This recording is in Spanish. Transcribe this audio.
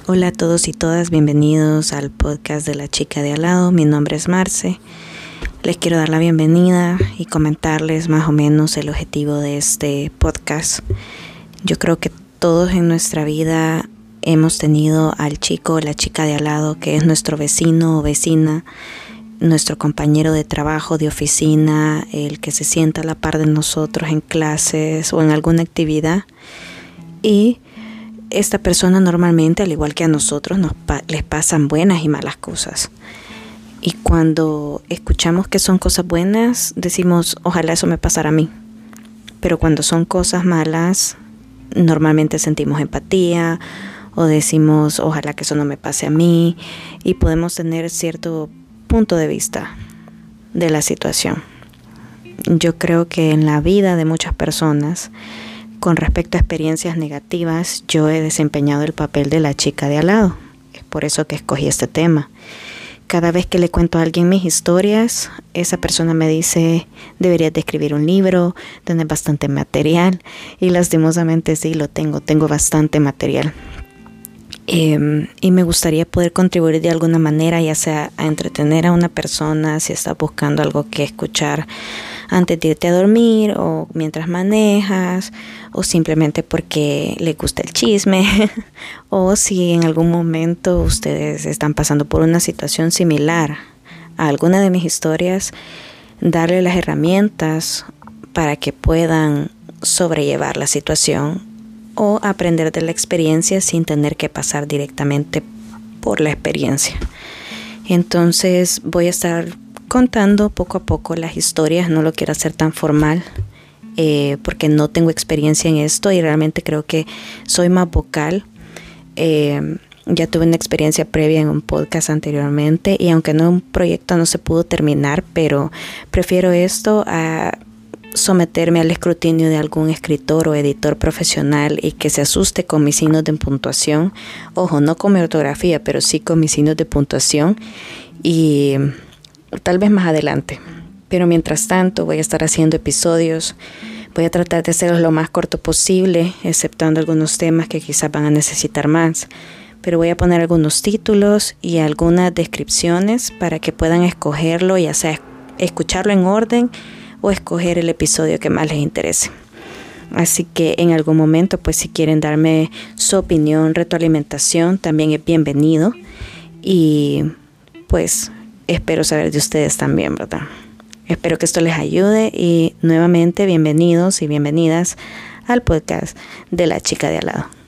Hola a todos y todas, bienvenidos al podcast de la chica de al lado. Mi nombre es Marce. Les quiero dar la bienvenida y comentarles más o menos el objetivo de este podcast. Yo creo que todos en nuestra vida hemos tenido al chico o la chica de al lado, que es nuestro vecino o vecina, nuestro compañero de trabajo, de oficina, el que se sienta a la par de nosotros en clases o en alguna actividad. Y esta persona normalmente, al igual que a nosotros, les pasan buenas y malas cosas. Y cuando escuchamos que son cosas buenas, decimos, ojalá eso me pasara a mí. Pero cuando son cosas malas, normalmente sentimos empatía o decimos, ojalá que eso no me pase a mí. Y podemos tener cierto punto de vista de la situación. Yo creo que en la vida de muchas personas, con respecto a experiencias negativas, yo he desempeñado el papel de la chica de al lado. Es por eso que escogí este tema. Cada vez que le cuento a alguien mis historias, esa persona me dice, deberías de escribir un libro, tener bastante material. Y lastimosamente sí, tengo bastante material. Y me gustaría poder contribuir de alguna manera, ya sea a entretener a una persona, si está buscando algo que escuchar antes de irte a dormir o mientras manejas, o simplemente porque le gusta el chisme, o si en algún momento ustedes están pasando por una situación similar a alguna de mis historias, darle las herramientas para que puedan sobrellevar la situación o aprender de la experiencia sin tener que pasar directamente por la experiencia. Entonces voy a estar contando poco a poco las historias, no lo quiero hacer tan formal porque no tengo experiencia en esto y realmente creo que soy más vocal. Ya tuve una experiencia previa en un podcast anteriormente y aunque un proyecto no se pudo terminar, pero prefiero esto a someterme al escrutinio de algún escritor o editor profesional y que se asuste con mis signos de puntuación. Ojo, no con mi ortografía, pero sí con mis signos de puntuación y tal vez más adelante. Pero mientras tanto voy a estar haciendo episodios. Voy a tratar de hacerlos lo más corto posible, exceptuando algunos temas que quizás van a necesitar más. Pero voy a poner algunos títulos y algunas descripciones para que puedan escogerlo, ya sea escucharlo en orden o escoger el episodio que más les interese. Así que en algún momento, pues si quieren darme su opinión, retroalimentación, también es bienvenido. Y pues espero saber de ustedes también, ¿verdad? Espero que esto les ayude y nuevamente bienvenidos y bienvenidas al podcast de la chica de al lado.